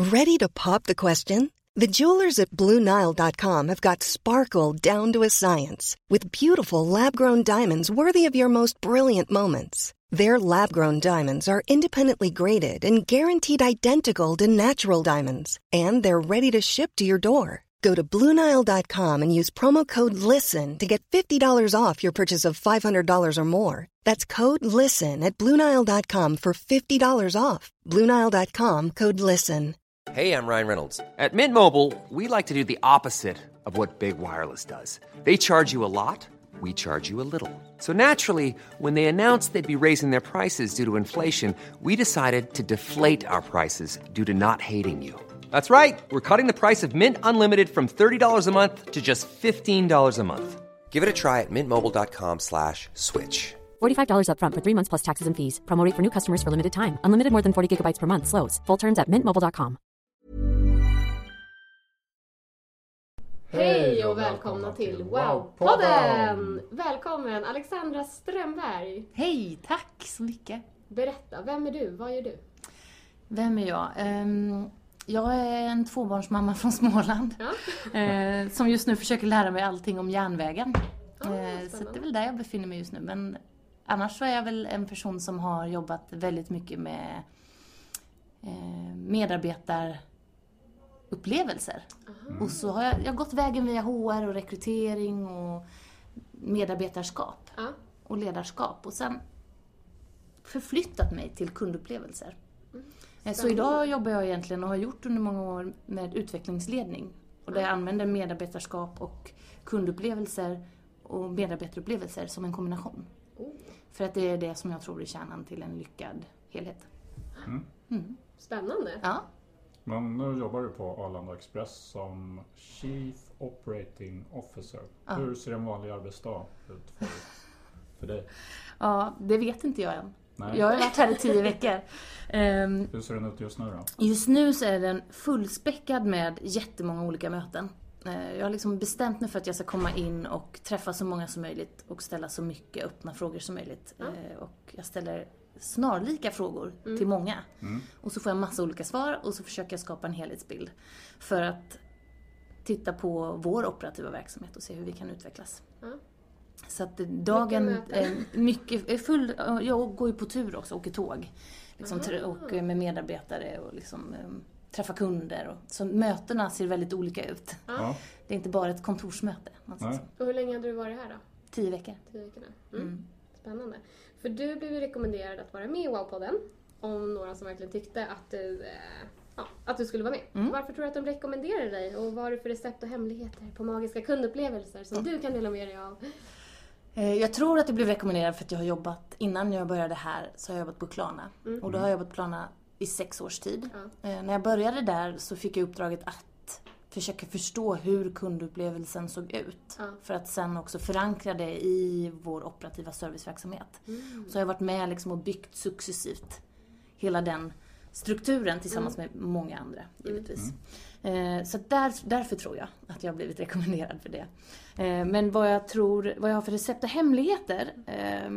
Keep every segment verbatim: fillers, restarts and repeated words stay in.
Ready to pop the question? The jewelers at Blue Nile dot com have got sparkle down to a science with beautiful lab-grown diamonds worthy of your most brilliant moments. Their lab-grown diamonds are independently graded and guaranteed identical to natural diamonds, and they're ready to ship to your door. Go to Blue Nile dot com and use promo code LISTEN to get fifty dollars off your purchase of five hundred dollars or more. That's code LISTEN at Blue Nile dot com for fifty dollars off. Blue Nile dot com, code LISTEN. Hey, I'm Ryan Reynolds. At Mint Mobile, we like to do the opposite of what Big Wireless does. They charge you a lot, we charge you a little. So naturally, when they announced they'd be raising their prices due to inflation, we decided to deflate our prices due to not hating you. That's right. We're cutting the price of Mint Unlimited from thirty dollars a month to just fifteen dollars a month. Give it a try at mintmobile.com slash switch. forty-five dollars up front for three months plus taxes and fees. Promo rate for new customers for limited time. Unlimited more than forty gigabytes per month. Slows full terms at mint mobile dot com. Hej och välkomna till Wow-podden! Välkommen Alexandra Strömberg. Hej, tack så mycket. Berätta, vem är du? Vad gör du? Vem är jag? Um, jag är en tvåbarnsmamma från Småland. Ja. uh, som just nu försöker lära mig allting om järnvägen. Oh, uh, så det är väl där jag befinner mig just nu. Men annars så är jag väl en person som har jobbat väldigt mycket med uh, medarbetarupplevelser. Mm. Och så har jag, jag har gått vägen via H R och rekrytering och medarbetarskap uh. och ledarskap. Och sen förflyttat mig till kundupplevelser. Mm. Så idag jobbar jag egentligen och har gjort under många år med utvecklingsledning. Och där jag använder medarbetarskap och kundupplevelser och medarbetarupplevelser som en kombination. Oh. För att det är det som jag tror är kärnan till en lyckad helhet. Mm. Mm. Spännande. Ja. Men nu jobbar du på Arlanda Express som Chief Operating Officer. Ja. Hur ser en vanlig arbetsdag ut för, för dig? Ja, det vet inte jag än. Nej. Jag har varit här i tio veckor. Um, Hur ser den ut just nu då? Just nu så är den fullspäckad med jättemånga olika möten. Uh, jag har liksom bestämt mig för att jag ska komma in och träffa så många som möjligt och ställa så mycket öppna frågor som möjligt. Mm. Uh, och jag ställer snarlika frågor mm. till många. Mm. Och så får jag massa olika svar och så försöker jag skapa en helhetsbild för att titta på vår operativa verksamhet och se hur vi kan utvecklas. Mm. Så att dagen är mycket är full. Jag går ju på tur också, åker tåg liksom, och med medarbetare och liksom, um, träffar kunder. Och, så mötena ser väldigt olika ut. Ja. Det är inte bara ett kontorsmöte. Och hur länge hade du varit här då? Tio veckor. Tio veckor. Mm. Mm. Spännande. För du blev ju rekommenderad att vara med i Wow-podden. Om några som verkligen tyckte att du, eh, ja, att du skulle vara med. Mm. Varför tror du att de rekommenderade dig? Och vad har du för recept och hemligheter på magiska kundupplevelser som mm. du kan dela med dig av? Jag tror att jag blev rekommenderad för att jag har jobbat, innan jag började här så har jag jobbat på Klarna. Mm. Och då har jag jobbat på Klarna i sex års tid. Mm. Eh, när jag började där så fick jag uppdraget att försöka förstå hur kundupplevelsen såg ut. Mm. För att sen också förankra det i vår operativa serviceverksamhet. Mm. Så jag har varit med liksom och byggt successivt hela den strukturen tillsammans mm. med många andra, givetvis. Mm. Eh, så där, därför tror jag att jag har blivit rekommenderad för det. Eh, men vad jag tror, vad jag har för recept och hemligheter. Eh,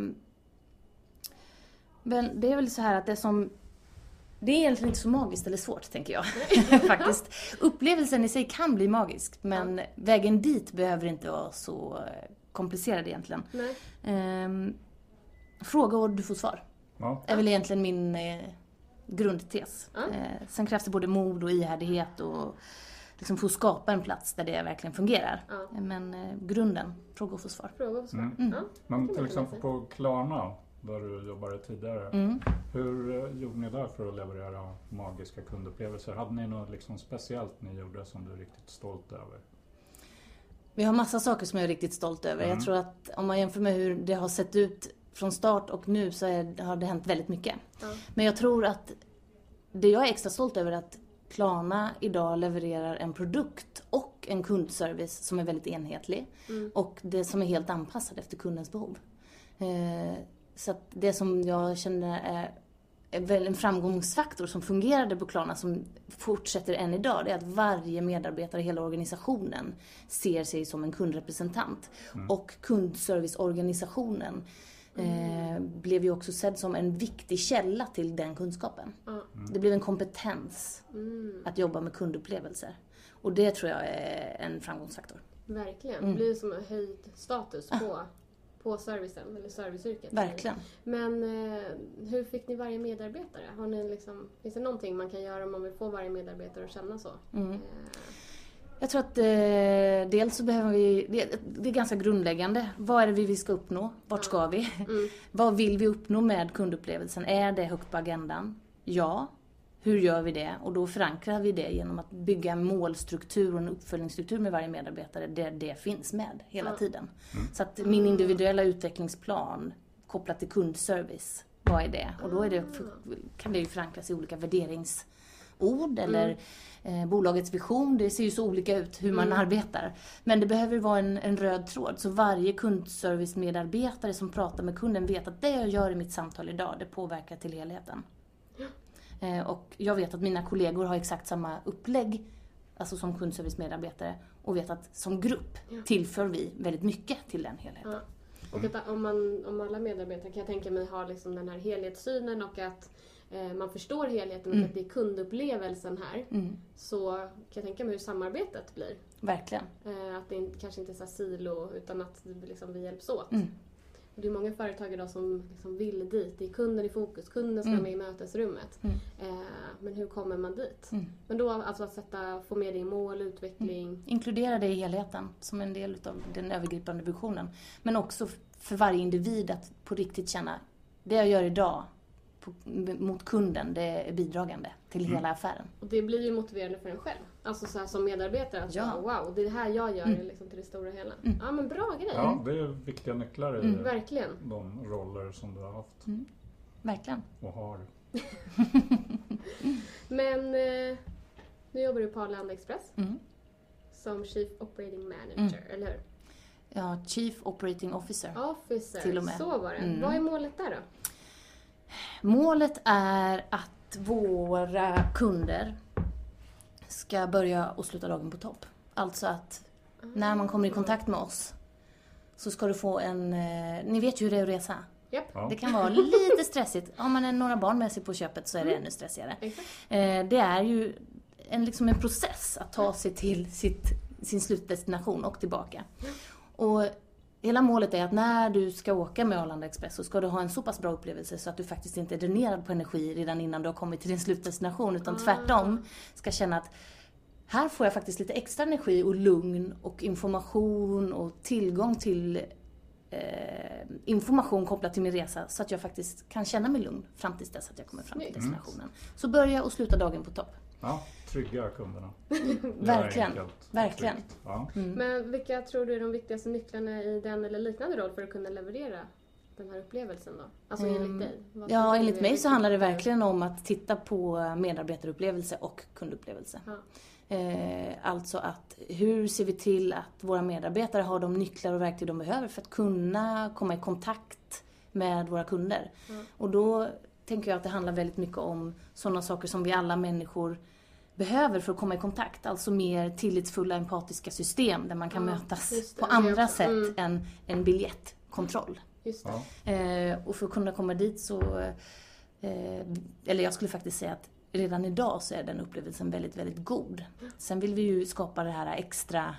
men det är väl så här att det som, det är egentligen inte så magiskt eller svårt, tänker jag. Faktiskt. Upplevelsen i sig kan bli magisk, men ja. vägen dit behöver inte vara så komplicerad egentligen. Eh, fråga och du får svar. Ja. Är väl egentligen min eh, grundtes. Ja. Eh, sen krävs det både mod och ihärdighet och liksom få skapa en plats där det verkligen fungerar. Ja. Men eh, grunden, fråga och få svar. Fråga och få svar. Mm. Mm. Ja. Men till exempel på Klarna, där du jobbade tidigare. Mm. Hur eh, gjorde ni där för att leverera magiska kundupplevelser? Hade ni något liksom speciellt ni gjorde som du är riktigt stolt över? Vi har massa saker som jag är riktigt stolt över. Mm. Jag tror att om man jämför med hur det har sett ut från start och nu, så är, har det hänt väldigt mycket. Ja. Men jag tror att det jag är extra stolt över är att Klarna idag levererar en produkt och en kundservice som är väldigt enhetlig. Mm. Och det som är helt anpassad efter kundens behov. Eh, så att det som jag känner är, är väl en framgångsfaktor som fungerade på Klarna, som fortsätter än idag, det är att varje medarbetare i hela organisationen ser sig som en kundrepresentant. Mm. Och kundserviceorganisationen eh, blev ju också sedd som en viktig källa till den kunskapen. Mm. Det blev en kompetens Mm. att jobba med kundupplevelser. Och det tror jag är en framgångsfaktor. Verkligen. Mm. Det blir som en höjd status på, på servicen eller serviceyrket. Verkligen. Men eh, hur fick ni varje medarbetare? Har ni liksom, finns det någonting man kan göra om man vill få varje medarbetare att känna så? Mm. Eh, Jag tror att eh, dels så behöver vi, det, det är ganska grundläggande. Vad är det vi ska uppnå? Vart ska vi? Mm. Vad vill vi uppnå med kundupplevelsen? Är det högt på agendan? Ja. Hur gör vi det? Och då förankrar vi det genom att bygga en målstruktur och en uppföljningsstruktur med varje medarbetare där det finns med hela Ja. tiden. Så att min individuella utvecklingsplan kopplat till kundservice, vad är det? Och då är det, kan det ju förankras i olika värderingsord eller eh, bolagets vision. Det ser ju så olika ut hur man Mm. arbetar. Men det behöver vara en, en röd tråd. Så varje kundservice-medarbetare som pratar med kunden vet att det jag gör i mitt samtal idag, det påverkar till helheten. Eh, och jag vet att mina kollegor har exakt samma upplägg, alltså som kundservice-medarbetare, och vet att som grupp tillför vi väldigt mycket till den helheten. Ja. Och att om, man, om alla medarbetare kan jag tänka mig har liksom den här helhetssynen och att eh, man förstår helheten och Mm. att det är kundupplevelsen här. Mm. Så kan jag tänka mig hur samarbetet blir. Verkligen. Eh, att det inte, kanske inte är så här silo utan att det liksom vi hjälps åt. Mm. Och det är många företag idag som liksom vill dit. Det är kunden i fokus. Kunden ska Mm. med i mötesrummet. Mm. Eh, men hur kommer man dit? Mm. Men då alltså att sätta, få med det i mål, utveckling. Inkludera det i helheten som en del av den övergripande visionen. Men också för varje individ att på riktigt känna det jag gör idag på, mot kunden, det är bidragande till hela affären. Och det blir ju motiverande för en själv. Alltså så här, som medarbetare. Att Ja. bara, wow, det är det här jag gör Mm. liksom, till det stora hela. Mm. Ja men bra grej. Ja, det är viktiga nycklar i Mm. Verkligen. de roller som du har haft Mm. Verkligen. och har. Men eh, nu jobbar du på Arlanda Express Mm. som Chief Operating Manager, eller hur? Ja, Chief Operating Officer. Officer, Till och med. så var det. Mm. Vad är målet där då? Målet är att våra kunder ska börja och sluta dagen på topp. Alltså att när man kommer i kontakt med oss så ska du få en... Eh, ni vet ju hur det är att resa. Japp, Ja. Det kan vara lite stressigt. Har man några barn med sig på köpet så är det ännu stressigare. exakt. Eh, det är ju en, liksom en process att ta sig till sitt, sin slutdestination och tillbaka. Och hela målet är att när du ska åka med Arlanda Express så ska du ha en så pass bra upplevelse så att du faktiskt inte är dränerad på energi redan innan du har kommit till din slutdestination. Utan tvärtom ska känna att här får jag faktiskt lite extra energi och lugn och information och tillgång till eh, information kopplat till min resa så att jag faktiskt kan känna mig lugn fram tills dess att jag kommer fram till Snyggt. destinationen. Så börja och sluta dagen på topp. Ja, trygga kunderna. Verkligen, Göra enkelt och verkligen. tryggt. Ja. Men vilka tror du är de viktigaste nycklarna i den eller liknande roll för att kunna leverera den här upplevelsen då? Alltså enligt Mm. dig? Vad tror Ja, du enligt är mig så viktigt handlar det för- verkligen om att titta på medarbetarupplevelse och kundupplevelse. Ja. Eh, alltså att hur ser vi till att våra medarbetare har de nycklar och verktyg de behöver för att kunna komma i kontakt med våra kunder. Mm. Och då tänker jag att det handlar väldigt mycket om sådana saker som vi alla människor behöver för att komma i kontakt. Alltså mer tillitsfulla, empatiska system där man kan Ja, mötas just det. på Det andra också. sätt Mm. än en biljettkontroll. Just det. Ja. Eh, och för att kunna komma dit så, eh, eller jag skulle faktiskt säga att redan idag så är den upplevelsen väldigt, väldigt god. Sen vill vi ju skapa det här extra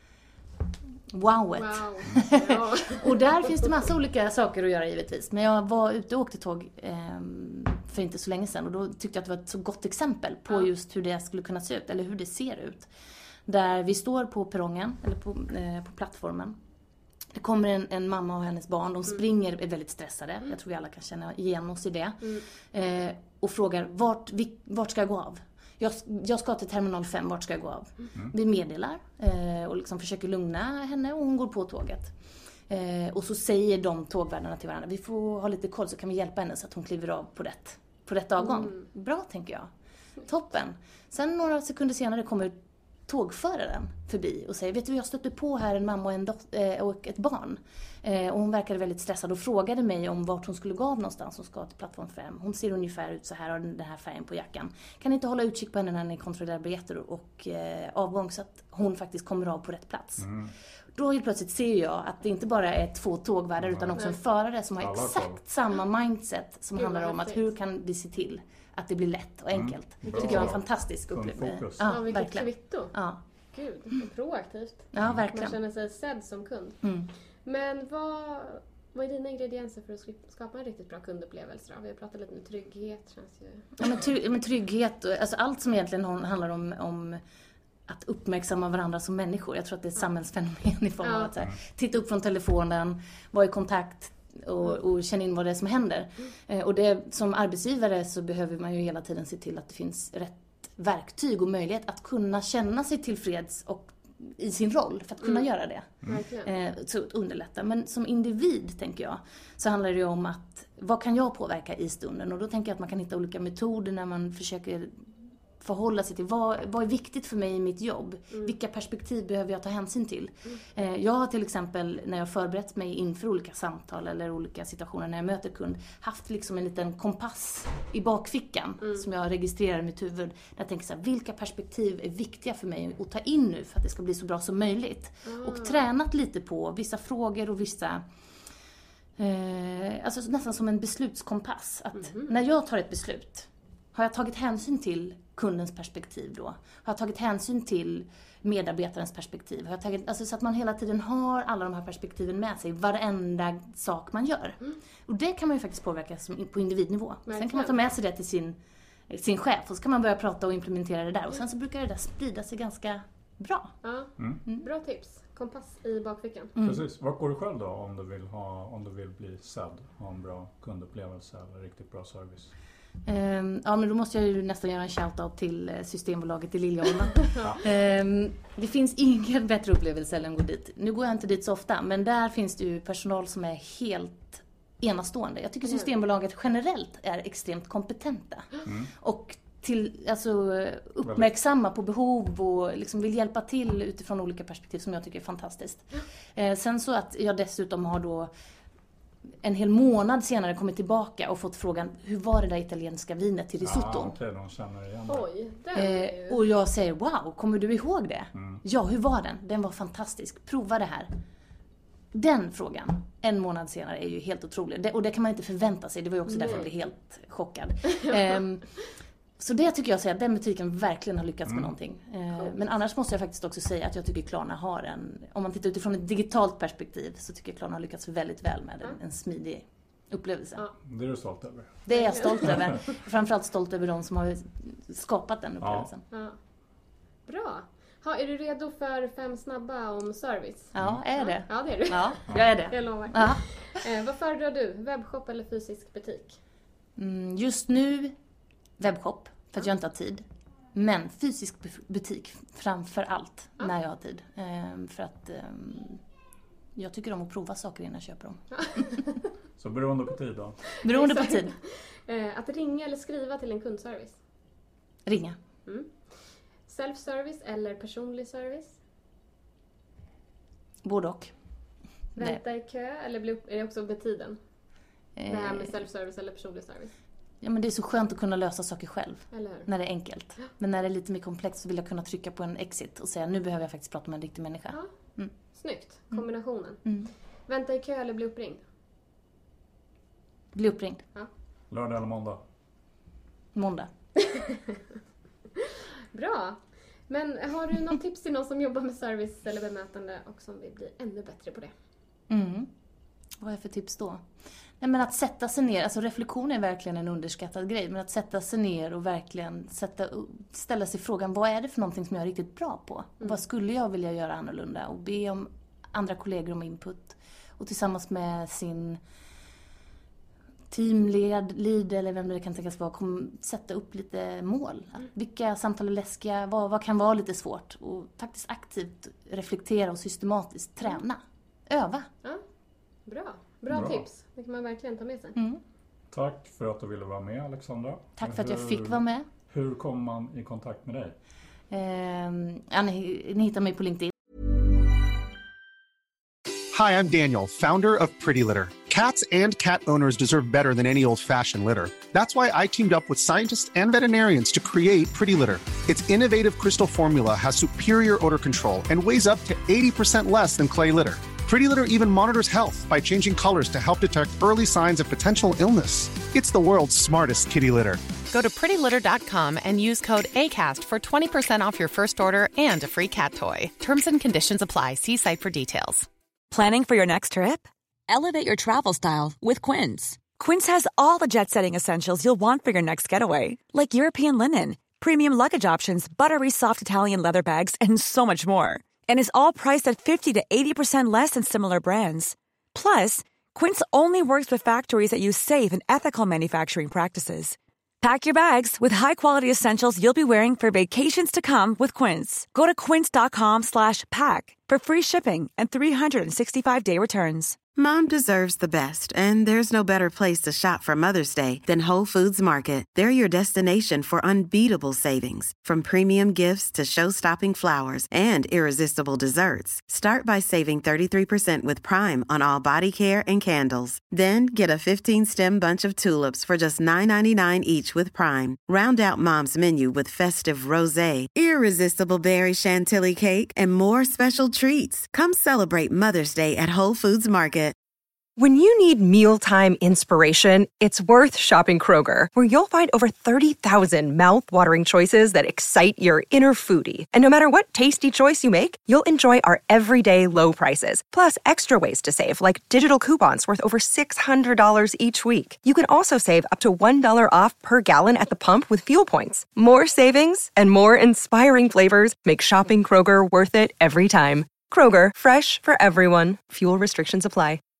wowet. Wow. Ja. Och där finns det massa olika saker att göra givetvis. Men jag var ute och åkte tåg eh, för inte så länge sedan och då tyckte jag att det var ett så gott exempel på Ja. just hur det skulle kunna se ut, eller hur det ser ut. Där vi står på perrongen, eller på, eh, på plattformen. Det kommer en, en mamma och hennes barn, de springer, är väldigt stressade. Jag tror vi alla kan känna igen oss i det. Mm. Eh, och frågar, vart, vi, vart ska jag gå av? Jag, jag ska till terminal fem, vart ska jag gå av? Vi meddelar eh, och liksom försöker lugna henne och hon går på tåget. Eh, och så säger de tågvärdarna till varandra, vi får ha lite koll så kan vi hjälpa henne så att hon kliver av på rätt, på rätt avgång. Bra tänker jag. Toppen. Sen några sekunder senare kommer tågföraren förbi och säger, vet du, jag stötte på här en mamma och, en dot- och ett barn. Eh, och hon verkade väldigt stressad och frågade mig om vart hon skulle gå av någonstans. Hon ska till plattform fem. Hon ser ungefär ut så här, har den här färgen på jackan. Kan ni inte hålla utkik på henne när ni kontrollerar biljetter och eh, avgång så att hon faktiskt kommer av på rätt plats. Mm. Då helt plötsligt ser jag att det inte bara är två tågvärdar utan också en förare som har exakt samma mindset som handlar om att hur kan vi se till att det blir lätt och enkelt. Mm. Det tycker jag är en fantastisk upplevelse. Ja, ja, vilket kvitto. Ja. Gud, proaktivt. Ja, verkligen. Man känner sig sedd som kund. Mm. Men vad, vad är dina ingredienser för att skapa en riktigt bra kundupplevelse då? Vi har pratat lite om trygghet. Känns ju... Ja, men, ty- men trygghet, alltså allt som egentligen handlar om, om att uppmärksamma varandra som människor. Jag tror att det är ett samhällsfenomen i form av ja. att så här, titta upp från telefonen, vara i kontakt och, och känna in vad det är som händer. Mm. Och det, som arbetsgivare så behöver man ju hela tiden se till att det finns rätt verktyg och möjlighet att kunna känna sig tillfreds och i sin roll för att kunna mm. göra det. Mm. Eh, så underlätta. Men som individ, tänker jag, så handlar det ju om att vad kan jag påverka i stunden? Och då tänker jag att man kan hitta olika metoder när man försöker förhålla sig till vad, vad är viktigt för mig i mitt jobb. Mm. Vilka perspektiv behöver jag ta hänsyn till? Mm. Eh, jag har till exempel, när jag förberett mig inför olika samtal eller olika situationer när jag möter kund, haft liksom en liten kompass i bakfickan mm. som jag registrerar i mitt huvud. Där jag tänker så här, vilka perspektiv är viktiga för mig att ta in nu för att det ska bli så bra som möjligt? Mm. Och tränat lite på vissa frågor och vissa... Eh, alltså nästan som en beslutskompass. Att mm. när jag tar ett beslut, har jag tagit hänsyn till kundens perspektiv då? Har jag tagit hänsyn till medarbetarens perspektiv? Har jag tagit, alltså så att man hela tiden har alla de här perspektiven med sig. Varenda sak man gör. Mm. Och det kan man ju faktiskt påverka som, på individnivå. Verkligen. Sen kan man ta med sig det till sin, sin chef. Och så kan man börja prata och implementera det där. Och sen så brukar det där sprida sig ganska bra. Ja. Mm. Mm. Bra tips. Kompass i bakfickan. Mm. Precis. Vad går du själv då om du vill, ha, om du vill bli sedd? Ha en bra kundupplevelse eller riktigt bra service? Um, ja, men då måste jag ju nästan göra en shoutout till Systembolaget i Liljeholmen. ja. um, det finns ingen bättre upplevelse än att gå dit. Nu går jag inte dit så ofta, men där finns det ju personal som är helt enastående. Jag tycker Systembolaget generellt är extremt kompetenta. Mm. Och till, alltså, uppmärksamma på behov och liksom vill hjälpa till utifrån olika perspektiv som jag tycker är fantastiskt. Mm. Uh, sen så att jag dessutom har då en hel månad senare kommit tillbaka och fått frågan, hur var det där italienska vinet till risotton? Ja, okej, de känner igen det. Oj, den är ju... eh, och jag säger, wow, kommer du ihåg det? Mm. Ja, hur var den? Den var fantastisk. Prova det här. Den frågan, en månad senare, är ju helt otrolig. Det, och det kan man inte förvänta sig. Det var ju också Nej. därför jag blev helt chockad. um, Så det tycker jag säger att den butiken verkligen har lyckats mm. med någonting. Eh, men annars måste jag faktiskt också säga att jag tycker Klarna har en... Om man tittar utifrån ett digitalt perspektiv så tycker jag Klarna har lyckats väldigt väl med en, en smidig upplevelse. Ja. Det är du stolt över? Det är jag stolt över. Framförallt stolt över de som har skapat den upplevelsen. Ja. Ja. Bra. Ha, är du redo för fem snabba om service? Ja, är det? Ja, det är du. Ja, jag är det. Jag lovar. Ja. Eh, vad föredrar du? Webbshop eller fysisk butik? Mm, just nu webbshop, för att jag inte har tid. Men fysisk butik framför allt ja. när jag har tid. Ehm, för att ehm, jag tycker om att prova saker innan jag köper dem. Ja. Så beroende på tid då? Beroende på tid. Eh, att ringa eller skriva till en kundservice? Ringa. Mm. Self-service eller personlig service? Både och. Vänta Nej. i kö eller bli upp, är det också med tiden? Eh. Det här med self-service eller personlig service? Ja, men det är så skönt att kunna lösa saker själv. Eller hur? När det är enkelt. Ja. Men när det är lite mer komplext så vill jag kunna trycka på en exit och säga, nu behöver jag faktiskt prata med en riktig människa. Ja. Mm. Snyggt. Kombinationen. Mm. Vänta i kö eller bli uppringd? Bli uppringd. Ja. Lördag eller måndag? Måndag. Bra. Men har du något tips till någon som jobbar med service eller bemötande och som vill bli ännu bättre på det? Mm. Vad är för tips då? Nej, men att sätta sig ner, alltså reflektion är verkligen en underskattad grej, men att sätta sig ner och verkligen sätta, ställa sig frågan, vad är det för någonting som jag är riktigt bra på? Mm. Vad skulle jag vilja göra annorlunda? Och be om andra kollegor om input. Och tillsammans med sin teamled, lead eller vem det kan tänkas vara, kom, sätta upp lite mål. Mm. Vilka samtal är läskiga? Vad, vad kan vara lite svårt? Och faktiskt aktivt reflektera och systematiskt träna. Öva. Ja, bra. Bra, Bra tips. Det kan man verkligen ta med sig. Mm. Tack för att du ville vara med, Alexandra. Tack för att jag fick vara med. Hur kommer man i kontakt med dig? Eh, ja, ni, ni hittar mig på LinkedIn. Hi, I'm Daniel, founder of Pretty Litter. Cats and cat owners deserve better than any old-fashioned litter. That's why I teamed up with scientists and veterinarians to create Pretty Litter. Its innovative crystal formula has superior odor control and weighs up to eighty percent less than clay litter. Pretty Litter even monitors health by changing colors to help detect early signs of potential illness. It's the world's smartest kitty litter. Go to pretty litter dot com and use code ACAST for twenty percent off your first order and a free cat toy. Terms and conditions apply. See site for details. Planning for your next trip? Elevate your travel style with Quince. Quince has all the jet-setting essentials you'll want for your next getaway, like European linen, premium luggage options, buttery soft Italian leather bags, and so much more. And is all priced at fifty to eighty percent less than similar brands. Plus, Quince only works with factories that use safe and ethical manufacturing practices. Pack your bags with high-quality essentials you'll be wearing for vacations to come with Quince. Go to quince.com slash pack for free shipping and three sixty-five day returns. Mom deserves the best, and there's no better place to shop for Mother's Day than Whole Foods Market. They're your destination for unbeatable savings, from premium gifts to show-stopping flowers and irresistible desserts. Start by saving thirty-three percent with Prime on all body care and candles. Then get a fifteen-stem bunch of tulips for just nine ninety-nine each with Prime. Round out Mom's menu with festive rosé, irresistible berry chantilly cake, and more special treats. Come celebrate Mother's Day at Whole Foods Market. When you need mealtime inspiration, it's worth shopping Kroger, where you'll find over thirty thousand mouth-watering choices that excite your inner foodie. And no matter what tasty choice you make, you'll enjoy our everyday low prices, plus extra ways to save, like digital coupons worth over six hundred dollars each week. You can also save up to one dollar off per gallon at the pump with fuel points. More savings and more inspiring flavors make shopping Kroger worth it every time. Kroger, fresh for everyone. Fuel restrictions apply.